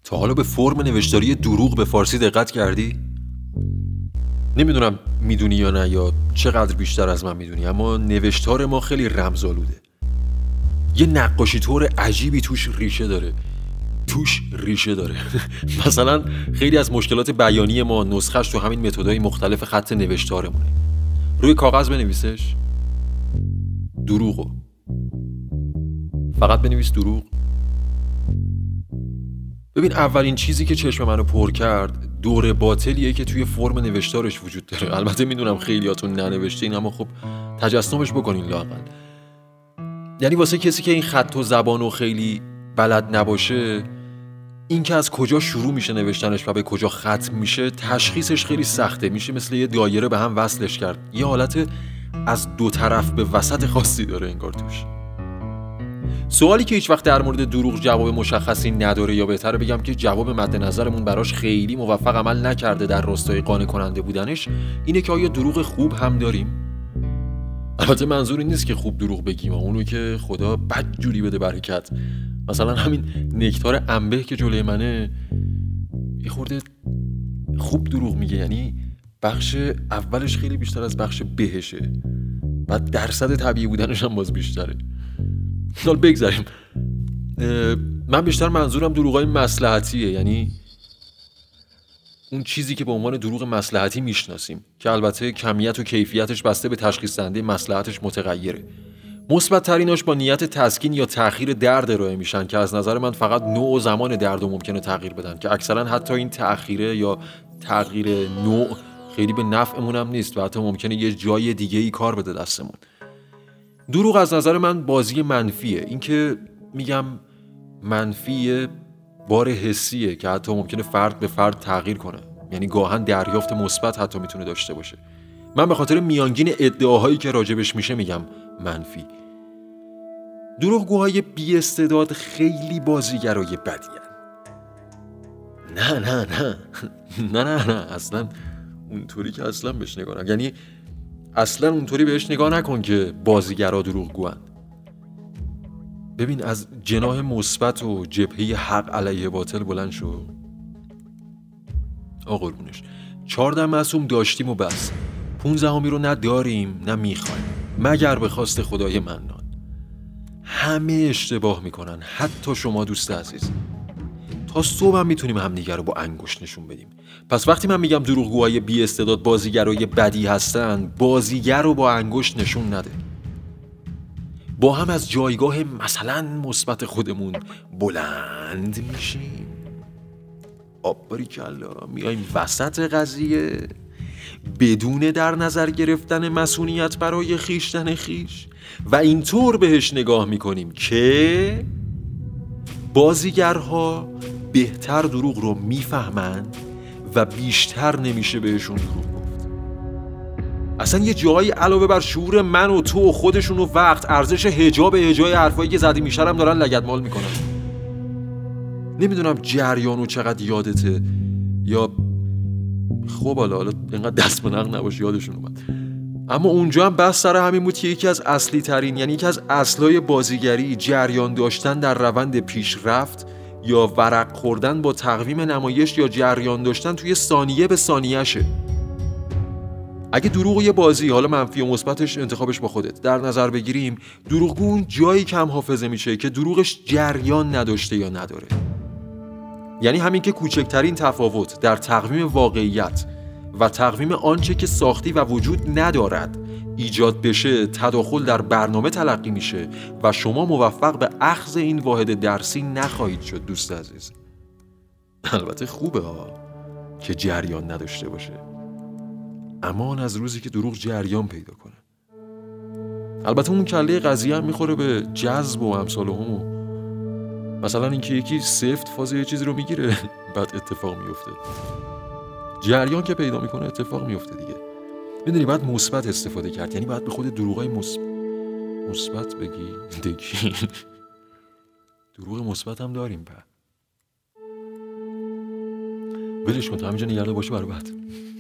تا حالا به فرم نوشتاری دروغ به فارسی دقت کردی؟ نمیدونم میدونی یا نه، یا چقدر بیشتر از من میدونی، اما نوشتار ما خیلی رمزآلوده. یه نقاشی طور عجیبی توش ریشه داره. مثلا خیلی از مشکلات بیانی ما نسخش تو همین متدهای مختلف خط نوشتارمونه. روی کاغذ بنویسش دروغو، فقط بنویس دروغ. ببین، اولین چیزی که چشم منو پر کرد دور باطلیه که توی فرم نوشتارش وجود داره. البته میدونم خیلیاتون ننوشتین، اما خب تجسمش بکنین لااقل. یعنی واسه کسی که این خط و زبانو خیلی بلد نباشه، این که از کجا شروع میشه نوشتنش و به کجا ختم میشه تشخیصش خیلی سخته. میشه مثل یه دایره به هم وصلش کرد. یه حالت از دو طرف به وسط خاصی داره انگار توش. سوالی که هیچ وقت در مورد دروغ جواب مشخصی نداره، یا بهتره بگم که جواب مد نظرمون براش خیلی موفق عمل نکرده در راستای قانع کننده بودنش، اینه که آیا دروغ خوب هم داریم؟ البته منظور این نیست که خوب دروغ بگیم، اونو که خدا بد جوری بده برکت. مثلا همین نکتار انبه که جلوی منه یه خورده خوب دروغ میگه، یعنی بخش اولش خیلی بیشتر از بخش بهشه، بعد درصد طبیعی بودنش هم باز بیشتره. حالا بگذاریم. من بیشتر منظورم دروغای مصلحتیه، یعنی اون چیزی که به عنوان دروغ مصلحتی میشناسیم، که البته کمیت و کیفیتش بسته به تشخیص دهنده مصلحتش متغیره. مثبت تریناش با نیت تسکین یا تأخیر درد ارائه میشن، که از نظر من فقط نوع و زمان درد رو ممکنه تغییر بدن، که اکثرا حتی این تأخیره یا تغییر نوع خیلی به نفعمون هم نیست و حتی ممکنه یه جای دیگه ای کار بده دستمون. دروغ از نظر من بازی منفیه. این که میگم منفیه بار حسیه که حتی ممکنه فرد به فرد تغییر کنه، یعنی گاهن دریافت مثبت حتی میتونه داشته باشه. من به خاطر میانگین ادعاهایی که راجبش میشه میگم منفی. دروغگوهای بی استعداد خیلی بازیگرای بدین. نه اصلا اونطوری که اصلا بهش نگاه نکن. یعنی اصلا اونطوری بهش نگاه نکن که بازیگرا دروغگوان. ببین، از جناح مثبت و جبهه حق علیه باطل بلند شو. قربونش 14 معصوم داشتیم و بس. 15 رو نه داریم نه میخوایم، مگر به خواست خدای منان. همه اشتباه میکنن، حتی شما دوست عزیز. تا صبح هم میتونیم همدیگر رو با انگشت نشون بدیم. پس وقتی من میگم دروغگوهای بی استعداد بازیگرای بدی هستن، بازیگر رو با انگشت نشون نده. با هم از جایگاه مثلا مثبت خودمون بلند میشیم. باریکلا، میایم وسط قضیه بدون در نظر گرفتن مسئولیت برای خویشتن خویش و اینطور بهش نگاه میکنیم که بازیگرها بهتر دروغ رو میفهمند و بیشتر نمیشه بهشون دروغ گفت. اصلا یه جایی علاوه بر شعور من و تو و خودشون و وقت، ارزش حجاب اجای حرفایی که زدی میشرم دارن لگدمال میکنن. نمیدونم جریانو چقدر یادته، یا خب حالا اینقدر دست به نقل نباش یادشون اومد. اما اونجا هم بحث سر همین بود که یکی از اصلی ترین، یعنی یکی از اصلای بازیگری، جریان داشتن در روند پیشرفت یا ورق خوردن با تقویم نمایش یا جریان داشتن توی ثانیه به ثانیه شه. اگه دروغ یه بازی، حالا منفی و مثبتش انتخابش با خودت، در نظر بگیریم، دروغگو اون جایی کم حافظه میشه که دروغش جریان نداشته یا نداره. یعنی همین که کوچکترین تفاوت در تقویم واقعیت و تقویم آنچه که ساختی و وجود ندارد ایجاد بشه، تداخل در برنامه تلقی میشه و شما موفق به اخذ این واحد درسی نخواهید شد دوست عزیز. البته خوبه که جریان نداشته باشه، اما آن از روزی که دروغ جریان پیدا کنه. البته اون کله قضیه هم میخوره به جذب و امثال همو. مثلا اینکه یکی سفت فاز یه چیزی رو میگیره بعد اتفاق میفته. جریان که پیدا میکنه اتفاق میفته دیگه. میدونی باید مثبت استفاده کرد، یعنی باید به خود دروغای مثبت بگی. دروغ مثبت هم داریم ولش کن، همینجا نگرده باشه برای بعد.